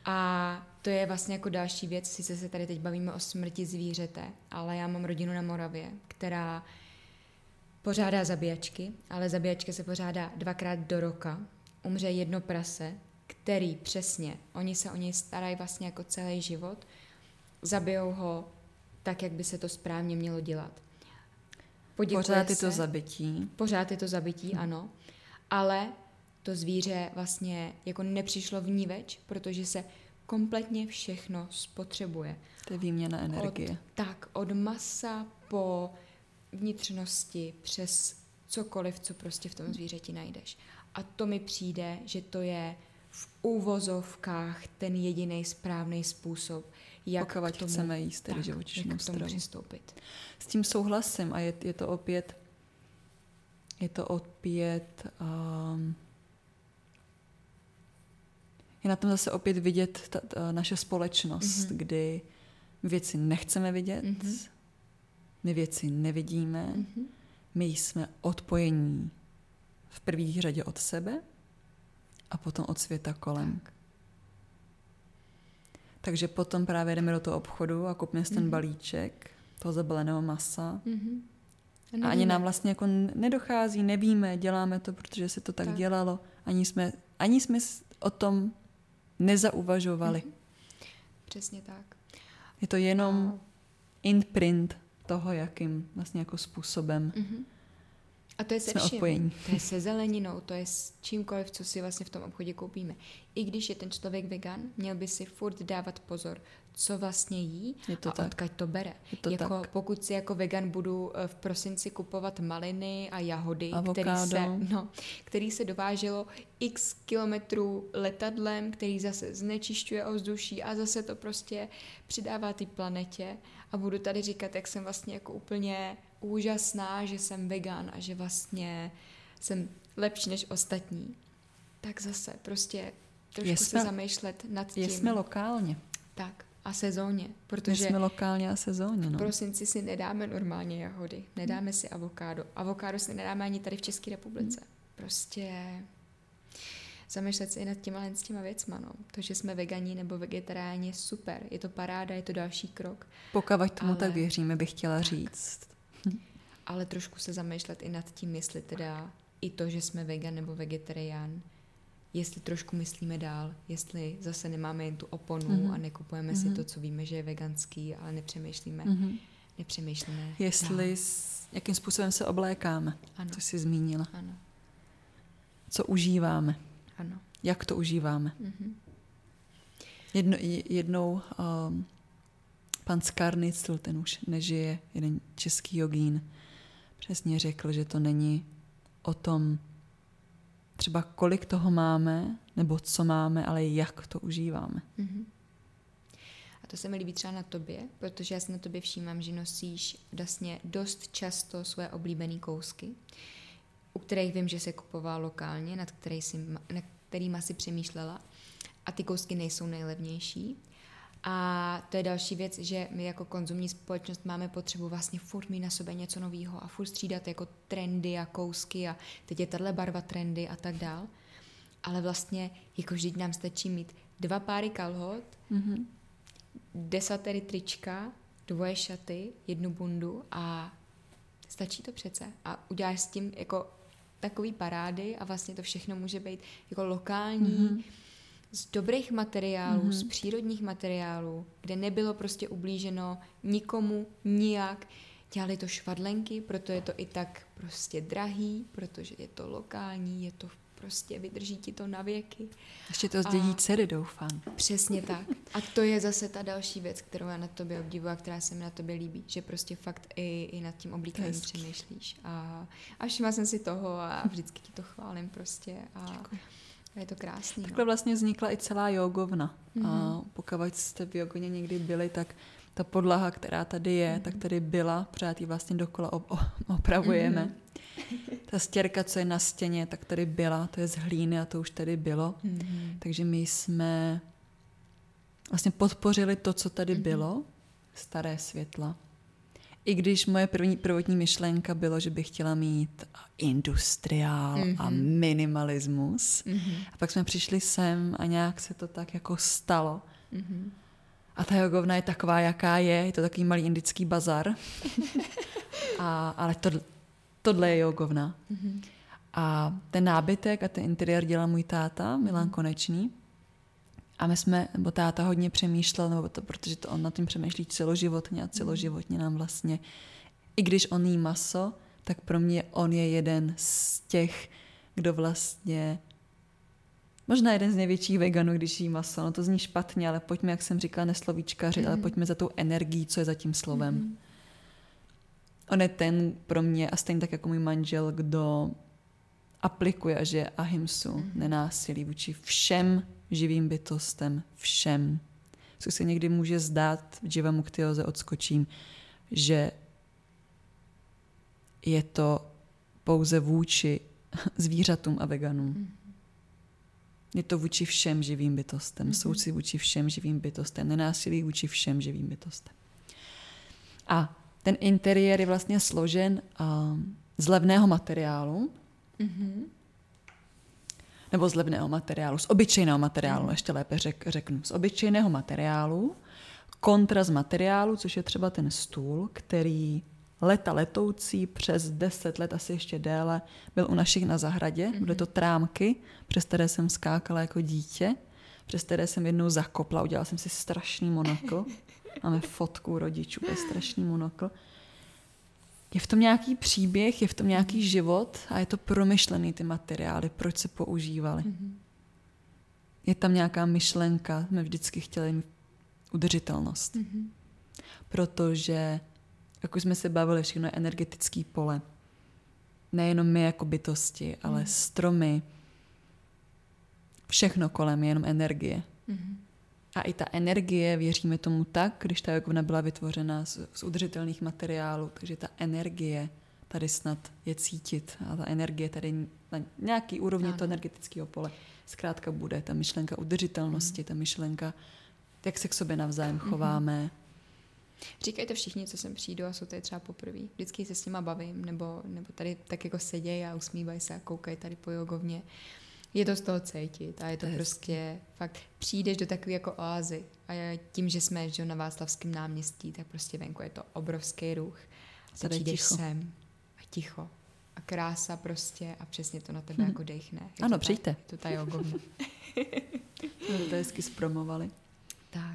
[SPEAKER 1] A to je vlastně jako další věc, sice se tady teď bavíme o smrti zvířete, ale já mám rodinu na Moravě, která pořádá zabíjačky, ale zabíjačka se pořádá dvakrát do roka. Umře jedno prase, který přesně, oni se o něj starají vlastně jako celý život, zabijou ho tak, jak by se to správně mělo dělat. Poděkuje
[SPEAKER 2] Pořád je
[SPEAKER 1] se,
[SPEAKER 2] to zabití.
[SPEAKER 1] Pořád je to zabití, ano. Ale to zvíře vlastně jako nepřišlo vníveč, protože se kompletně všechno spotřebuje.
[SPEAKER 2] To je výměna energie.
[SPEAKER 1] Od, tak, od masa po vnitřnosti přes cokoliv, co prostě v tom zvířeti najdeš. A to mi přijde, že to je v úvozovkách ten jediný správný způsob, jak
[SPEAKER 2] Pokud
[SPEAKER 1] k tomu,
[SPEAKER 2] chceme jíst tedy
[SPEAKER 1] tak,
[SPEAKER 2] živočišnou
[SPEAKER 1] jak k tomu
[SPEAKER 2] stravu.
[SPEAKER 1] přistoupit.
[SPEAKER 2] S tím souhlasím a je, je to opět je to opět um, je na tom zase opět vidět ta, ta naše společnost, mm-hmm. kdy věci nechceme vidět, mm-hmm. my věci nevidíme, mm-hmm. my jsme odpojení v první řadě od sebe a potom od světa kolem. Tak. Takže potom právě jdeme do toho obchodu a koupíme si ten mm-hmm. balíček toho zabaleného masa. Mm-hmm. A, a ani nám vlastně jako nedochází, nevíme, děláme to, protože se to tak, tak. dělalo. Ani jsme, ani jsme o tom nezauvažovali. Mm-hmm.
[SPEAKER 1] Přesně tak.
[SPEAKER 2] Je to jenom a... imprint toho, jakým vlastně jako způsobem
[SPEAKER 1] mm-hmm. A to je se vším. To je se zeleninou, to je s čímkoliv, co si vlastně v tom obchodě koupíme. I když je ten člověk vegan, měl by si furt dávat pozor, co vlastně jí a tak. Odkud to bere. To jako, tak. Pokud si jako vegan budu v prosinci kupovat maliny a jahody, který se, no, který se dováželo x kilometrů letadlem, který zase znečišťuje ovzduší a zase to prostě přidává té planetě a budu tady říkat, jak jsem vlastně jako úplně úžasná, že jsem vegan a že vlastně jsem lepší než ostatní, tak zase prostě trošku jsme, se zamýšlet nad tím.
[SPEAKER 2] Jsme lokálně.
[SPEAKER 1] Tak a sezóně, protože
[SPEAKER 2] jsme lokálně a sezóně. No.
[SPEAKER 1] V prosinci si nedáme normálně jahody, nedáme hmm. si avokádo. Avokádo si nedáme ani tady v České republice. Hmm. Prostě zamýšlet se i nad těma, s těma věcma. No. To, že jsme vegani nebo vegetariáni, je super. Je to paráda, je to další krok.
[SPEAKER 2] Pokud tomu ale... tak věříme, bych chtěla tak. říct.
[SPEAKER 1] Ale trošku se zamýšlet i nad tím, jestli teda i to, že jsme vegan nebo vegetarián, jestli trošku myslíme dál, jestli zase nemáme jen tu oponu mm-hmm. a nekupujeme mm-hmm. si to, co víme, že je veganský, ale nepřemýšlíme, mm-hmm. nepřemýšlíme
[SPEAKER 2] Jestli, s, jakým způsobem se oblékáme, ano. To jsi zmínila.
[SPEAKER 1] Ano.
[SPEAKER 2] Co užíváme.
[SPEAKER 1] Ano.
[SPEAKER 2] Jak to užíváme. Mm-hmm. Jedno, jednou um, pan Skarnicl, ten už nežije, jeden český jogín, přesně řekl, že to není o tom třeba kolik toho máme, nebo co máme, ale jak to užíváme.
[SPEAKER 1] Mm-hmm. A to se mi líbí třeba na tobě, protože já si na tobě všímám, že nosíš vlastně dost často své oblíbené kousky, u kterých vím, že se kupovala lokálně, nad, který si, nad kterýma si přemýšlela a ty kousky nejsou nejlevnější. A to je další věc, že my jako konzumní společnost máme potřebu vlastně furt mít na sobě něco nového a furt střídat jako trendy a kousky a teď je tahle barva trendy a tak dál. Ale vlastně jako vždyť nám stačí mít dva páry kalhot, mm-hmm. desatery trička, dvoje šaty, jednu bundu a stačí to přece. A uděláš s tím jako takový parády a vlastně to všechno může být jako lokální, mm-hmm. z dobrých materiálů, mm-hmm. z přírodních materiálů, kde nebylo prostě ublíženo nikomu nijak. Dělali to švadlenky, proto je to i tak prostě drahý, protože je to lokální, je to prostě, vydrží ti to na věky.
[SPEAKER 2] Ještě to zdědí dcery, doufám.
[SPEAKER 1] Přesně tak. A to je zase ta další věc, kterou já na tobě obdivuji a která se mi na tobě líbí, že prostě fakt i, i nad tím oblíkáním přemýšlíš. A, a všimla jsem si toho a vždycky ti to chválím prostě. A děkuji. Je to krásný.
[SPEAKER 2] Takhle no. vlastně vznikla i celá jogovna. Mm-hmm. A pokud jste v jogoně někdy byli, tak ta podlaha, která tady je, mm-hmm. tak tady byla, pořád ji vlastně dokola op- opravujeme. Mm-hmm. Ta stěrka, co je na stěně, tak tady byla, to je z hlíny a to už tady bylo. Mm-hmm. Takže my jsme vlastně podpořili to, co tady mm-hmm. bylo, staré světla. I když moje první, prvotní myšlenka bylo, že bych chtěla mít industriál mm-hmm. a minimalismus. Mm-hmm. A pak jsme přišli sem a nějak se to tak jako stalo. Mm-hmm. A ta jogovna je taková, jaká je. Je to takový malý indický bazar. a, ale to, tohle je jogovna. Mm-hmm. A ten nábytek a ten interiér dělal můj táta, Milan mm-hmm. Konečný. A my jsme, nebo táta hodně přemýšlel, nebo to, protože to on na tím přemýšlí celoživotně a celoživotně nám vlastně, i když on jí maso, tak pro mě on je jeden z těch, kdo vlastně, možná jeden z největších veganů, když jí maso. No to zní špatně, ale pojďme, jak jsem říkala, neslovíčkaři, mm. ale pojďme za tou energií, co je za tím slovem. Mm. On je ten pro mě, a stejně tak jako můj manžel, kdo aplikuje a žije ahimsu, mm. nenásilí vůči všem živým bytostem, všem. Co se někdy může zdát, v Jiva Muktioze odskočím, že je to pouze vůči zvířatům a veganům. Mm. Je to vůči všem živým bytostem, mm. soucit vůči všem živým bytostem, nenásilí vůči všem živým bytostem. A ten interiér je vlastně složen uh, z levného materiálu, mm-hmm. nebo z levného materiálu, z obyčejného materiálu, mm. ještě lépe řek, řeknu, z obyčejného materiálu, kontra z materiálu, což je třeba ten stůl, který leta letoucí přes deset let, asi ještě déle, byl u našich na zahradě. Mm-hmm. Byly to trámky, přes které jsem skákala jako dítě, přes které jsem jednou zakopla, udělala jsem si strašný monokl. Máme fotku rodičů, je strašný monokl. Je v tom nějaký příběh, je v tom nějaký mm-hmm. život a je to promyšlený ty materiály, proč se používaly. Mm-hmm. Je tam nějaká myšlenka, jsme vždycky chtěli mít udržitelnost. Mm-hmm. Protože, jak už jsme se bavili, všechno je energetický pole. Nejenom my jako bytosti, ale mm-hmm. stromy, všechno kolem je jenom energie. Mm-hmm. A i ta energie, věříme tomu tak, když ta jogovna byla vytvořena z, z udržitelných materiálů, takže ta energie tady snad je cítit a ta energie tady na nějaký úrovni ano. toho energetického pole zkrátka bude. Ta myšlenka udržitelnosti, mm. ta myšlenka, jak se k sobě navzájem chováme.
[SPEAKER 1] Mm-hmm. Říkají to všichni, co sem přijdu a jsou tady třeba poprvé. Vždycky se s nima bavím, nebo, nebo tady tak jako sedějí a usmívají se a koukají tady po jogovně. Je to z toho cítit a je to, to prostě hezky. Fakt přijdeš do takové jako oázy a tím, že jsme že na Václavském náměstí, tak prostě venku je to obrovský ruch. A přijdeš ticho. Sem a ticho a krása prostě a přesně to na tebe hm. jako dechne. Je
[SPEAKER 2] ano,
[SPEAKER 1] to
[SPEAKER 2] přijďte.
[SPEAKER 1] Je to ta jogovna.
[SPEAKER 2] No, to hezky zpromovali.
[SPEAKER 1] Tak.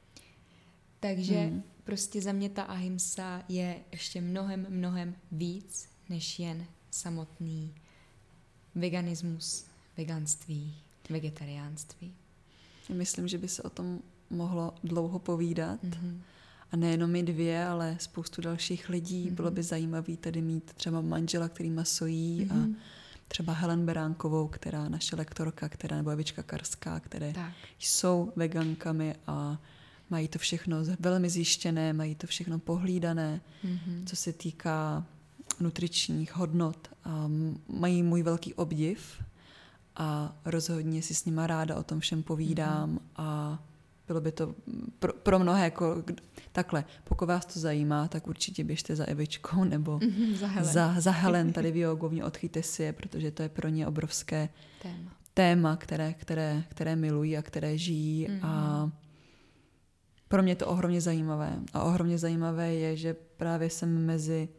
[SPEAKER 1] Takže hmm. prostě za mě ta ahimsa je ještě mnohem, mnohem víc, než jen samotný veganismus, veganství, vegetariánství.
[SPEAKER 2] Myslím, že by se o tom mohlo dlouho povídat. Mm-hmm. A nejenom my dvě, ale spoustu dalších lidí. Mm-hmm. Bylo by zajímavé tady mít třeba manžela, který masojí mm-hmm. a třeba Helen Beránkovou, která naše lektorka, která nebo Evička Karská, které tak. jsou vegankami a mají to všechno velmi zjištěné, mají to všechno pohlídané, mm-hmm. co se týká nutričních hodnot. A mají můj velký obdiv a rozhodně si s nima ráda o tom všem povídám mm-hmm. a bylo by to pro, pro mnohé jako takhle. Pokud vás to zajímá, tak určitě běžte za Evičkou nebo mm-hmm, za, Helen. Za, za Helen tady v jogovně, odchyťte si je, protože to je pro ně obrovské téma, téma které, které, které milují a které žijí mm-hmm. a pro mě je to ohromně zajímavé. A ohromně zajímavé je, že právě jsem mezi,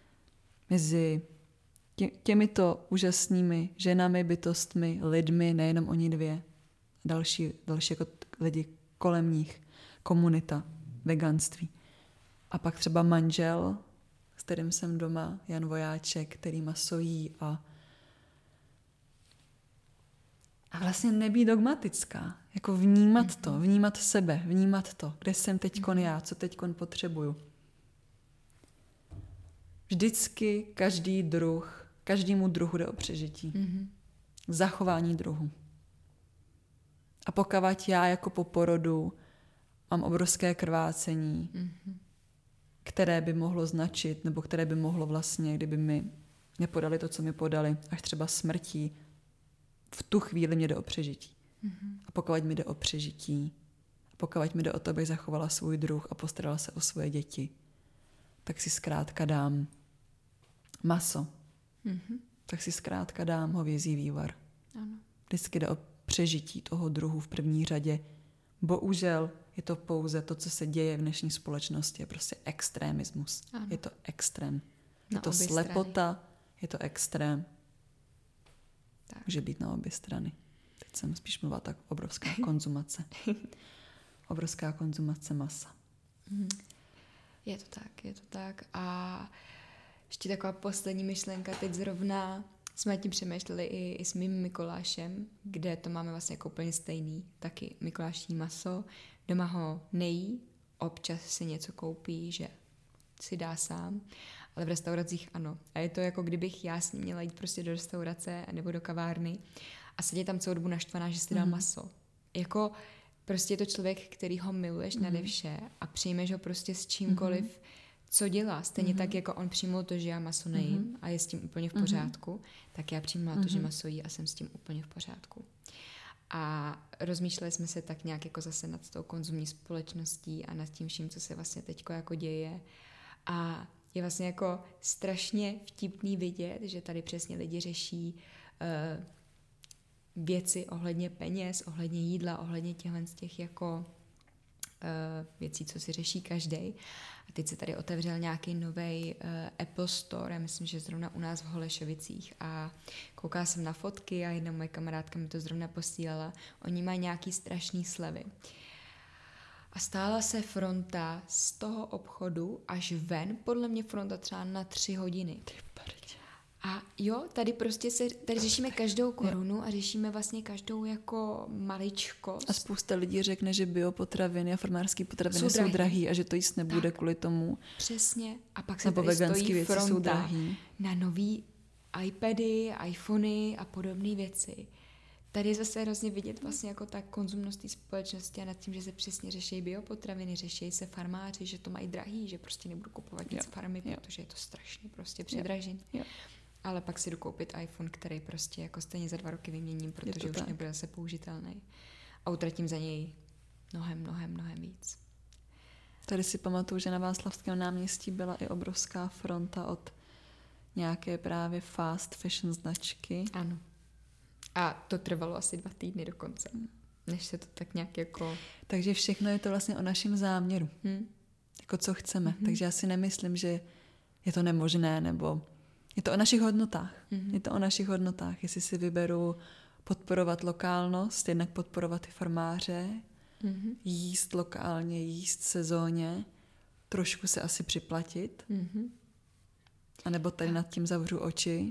[SPEAKER 2] mezi tě, těmito úžasnými ženami, bytostmi, lidmi, nejenom oni dvě, další, další jako lidi kolem nich, komunita, veganství. A pak třeba manžel, s kterým jsem doma, Jan Vojáček, který masojí a A vlastně nebýt dogmatická. Jako vnímat mm-hmm. to, vnímat sebe, vnímat to, kde jsem teďkon mm-hmm. já, co teďkon potřebuju. Vždycky každý druh, každému druhu jde o přežití. Mm-hmm. Zachování druhu. A pokud já jako po porodu mám obrovské krvácení, mm-hmm. které by mohlo značit, nebo které by mohlo vlastně, kdyby mi nepodali to, co mi podali, až třeba smrtí, v tu chvíli mě jde o přežití. Mm-hmm. A pokud mi jde o přežití, pokud mi jde o to, abych zachovala svůj druh a postarala se o svoje děti, tak si zkrátka dám maso.
[SPEAKER 1] Mm-hmm.
[SPEAKER 2] Tak si zkrátka dám hovězí vývar.
[SPEAKER 1] Ano.
[SPEAKER 2] Vždycky jde o přežití toho druhu v první řadě. Bohužel je to pouze to, co se děje v dnešní společnosti. Je prostě extremismus. Ano. Je to extrém. Je
[SPEAKER 1] Na
[SPEAKER 2] to
[SPEAKER 1] obě
[SPEAKER 2] slepota, strany. Je to extrém.
[SPEAKER 1] Tak.
[SPEAKER 2] Může být na obě strany. Teď jsem spíš mluvila tak obrovská konzumace. Obrovská konzumace masa.
[SPEAKER 1] Mm. Je to tak, je to tak. A ještě taková poslední myšlenka, teď zrovna jsme tím přemýšleli i, i s mým Mikulášem, kde to máme vlastně jako úplně stejný, taky mikulášní maso, doma ho nejí, občas si něco koupí, že si dá sám, ale v restauracích ano. A je to jako kdybych já s ním měla jít prostě do restaurace nebo do kavárny a sedět tam celou dobu naštvaná, že si dal mm. maso. Jako prostě je to člověk, který ho miluješ mm. nade vše a přijmeš ho prostě s čímkoliv, mm. co dělá. Stejně mm-hmm. tak, jako on přijmul to, že já maso nejím mm-hmm. a je s tím úplně v pořádku, mm-hmm. tak já přijmula mm-hmm. to, že maso jí a jsem s tím úplně v pořádku. A rozmýšleli jsme se tak nějak jako zase nad tou konzumní společností a nad tím vším, co se vlastně teďko jako děje. A je vlastně jako strašně vtipný vidět, že tady přesně lidi řeší uh, věci ohledně peněz, ohledně jídla, ohledně těchhle z těch jako uh, věcí, co si řeší každej. A teď se tady otevřel nějaký novej uh, Apple Store, já myslím, že zrovna u nás v Holešovicích a koukala jsem na fotky a jedna moje kamarádka mi to zrovna posílala. Oni mají nějaký strašný slevy. A stála se fronta z toho obchodu až ven, podle mě fronta třeba na tři hodiny. A jo, tady prostě se, tady řešíme každou korunu a řešíme vlastně každou jako maličkost.
[SPEAKER 2] A spousta lidí řekne, že biopotraviny a farmářské potraviny jsou drahý. jsou drahý a že to jíst nebude tak, kvůli tomu.
[SPEAKER 1] Přesně. A pak se tady stojí fronta
[SPEAKER 2] jsou
[SPEAKER 1] na nový iPady, iPhony a podobné věci. Tady je zase hrozně vidět vlastně jako ta konzumnost té společnosti a nad tím, že se přesně řeší biopotraviny, řeší se farmáři, že to mají drahý, že prostě nebudu kupovat nic z farmy, jo. protože je to strašně prostě předražený. Jo. Jo. Ale pak si jdu koupit iPhone, který prostě jako stejně za dva roky vyměním, protože už tak. nebude zase použitelný. A utratím za něj mnohem, mnohem, mnohem víc.
[SPEAKER 2] Tady si pamatuju, že na Václavském náměstí byla i obrovská fronta od nějaké právě fast fashion značky.
[SPEAKER 1] Ano. A to trvalo asi dva týdny dokonce, než se to tak nějak jako...
[SPEAKER 2] Takže všechno je to vlastně o našem záměru. Hmm. Jako co chceme. Hmm. Takže já si nemyslím, že je to nemožné, nebo... Je to o našich hodnotách. Mm-hmm. Je to o našich hodnotách. Jestli si vyberu podporovat lokálnost, jednak podporovat ty farmáře, mm-hmm. jíst lokálně, jíst sezóně, trošku se asi připlatit, mm-hmm. anebo tady tak. nad tím zavřu oči.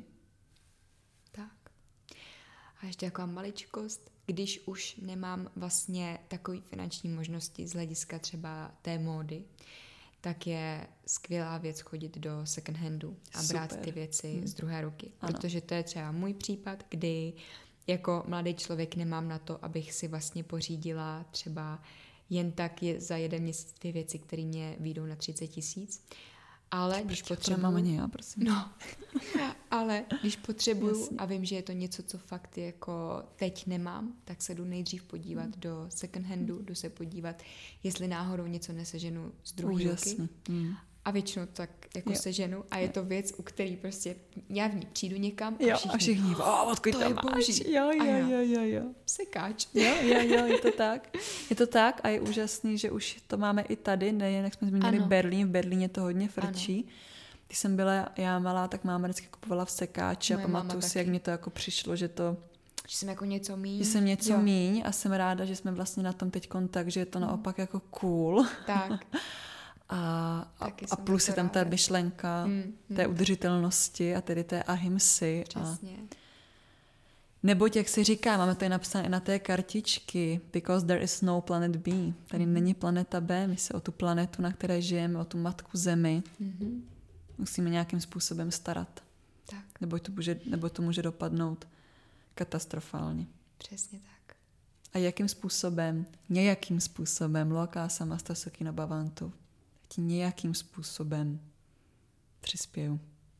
[SPEAKER 1] Tak. A ještě taková maličkost, když už nemám vlastně takové finanční možnosti z hlediska třeba té módy, tak je skvělá věc chodit do second handu a Super. brát ty věci hmm. z druhé ruky. Ano. Protože to je třeba můj případ, kdy jako mladý člověk nemám na to, abych si vlastně pořídila třeba jen tak je za jeden měsíc dvě věci, které mě vyjdou na třicet tisíc. Ale když potřebuju...
[SPEAKER 2] Mám ani já, prosím.
[SPEAKER 1] No, ale když potřebuju Jasně. a vím, že je to něco, co fakt jako teď nemám, tak se jdu nejdřív podívat hmm. do second handu, jdu se podívat, jestli náhodou něco neseženu z druhé ruky. Hmm. A většinou tak jako jo. seženu a je to věc, u který prostě já v ní přijdu někam
[SPEAKER 2] jo,
[SPEAKER 1] a všichni,
[SPEAKER 2] a všichni oh, odkud to, to je boží. Jo, jo, jo, jo, jo.
[SPEAKER 1] Sekáč.
[SPEAKER 2] Jo, jo, jo, je to tak. Je to tak a je úžasný, že už to máme i tady, nejen jak jsme zmínili ano. Berlín, v Berlíně to hodně frčí. Ano. Když jsem byla já malá, tak máma vždycky kupovala v sekáči a pamatuju si, jak mě to jako přišlo, že to...
[SPEAKER 1] Že jsem jako něco míň.
[SPEAKER 2] Že jsem něco jo. míň a jsem ráda, že jsme vlastně na tom teď kontakt, že je to naopak jako cool.
[SPEAKER 1] Tak.
[SPEAKER 2] A, a, a plus je tam ta myšlenka hmm, hmm. té udržitelnosti a tedy té ahimsy.
[SPEAKER 1] Přesně.
[SPEAKER 2] A neboť, jak se říká, máme tady napsané na té kartičky, because there is no planet B. Tady hmm. není planeta B, my se o tu planetu, na které žijeme, o tu matku Zemi, hmm. musíme nějakým způsobem starat.
[SPEAKER 1] Tak.
[SPEAKER 2] Nebo to může, nebo to může dopadnout katastrofálně.
[SPEAKER 1] Přesně tak.
[SPEAKER 2] A jakým způsobem, nějakým způsobem, Loaká sama stasoky na Bavantu, ti nějakým způsobem přispěju.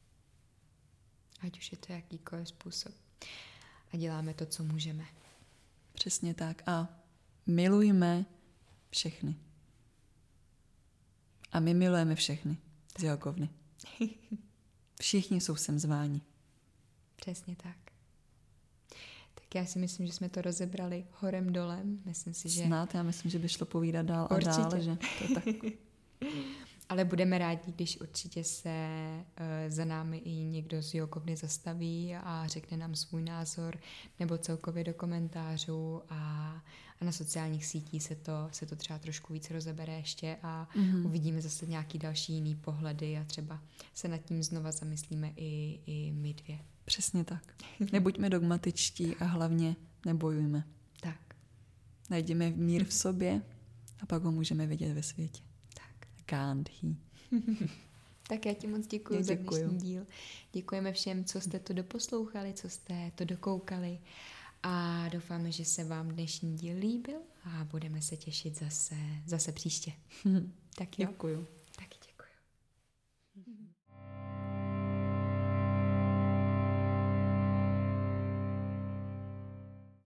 [SPEAKER 1] Ať už je to jakýkoliv způsob. A děláme to, co můžeme.
[SPEAKER 2] Přesně tak. A milujme všechny. A my milujeme všechny. z jogovny. Všichni jsou sem zváni.
[SPEAKER 1] Přesně tak. Tak já si myslím, že jsme to rozebrali horem dolem. Myslím si, že...
[SPEAKER 2] Snad, já myslím, že by šlo povídat dál a
[SPEAKER 1] určitě.
[SPEAKER 2] dál, že to je tak.
[SPEAKER 1] Ale budeme rádi, když určitě se uh, za námi i někdo z jogovny zastaví a řekne nám svůj názor, nebo celkově do komentářů a, a na sociálních sítích se to, se to třeba trošku víc rozebere ještě a mm-hmm. uvidíme zase nějaký další jiný pohledy a třeba se nad tím znova zamyslíme i, i my dvě.
[SPEAKER 2] Přesně tak. Nebuďme dogmatičtí a hlavně nebojujme.
[SPEAKER 1] Tak.
[SPEAKER 2] Najdeme mír v sobě a pak ho můžeme vidět ve světě.
[SPEAKER 1] Tak.
[SPEAKER 2] Gandhi.
[SPEAKER 1] Tak já ti moc děkuji za dnešní díl. Děkujeme všem, co jste to doposlouchali, co jste to dokoukali a doufáme, že se vám dnešní díl líbil a budeme se těšit zase, zase příště. Tak jo.
[SPEAKER 2] Děkuju.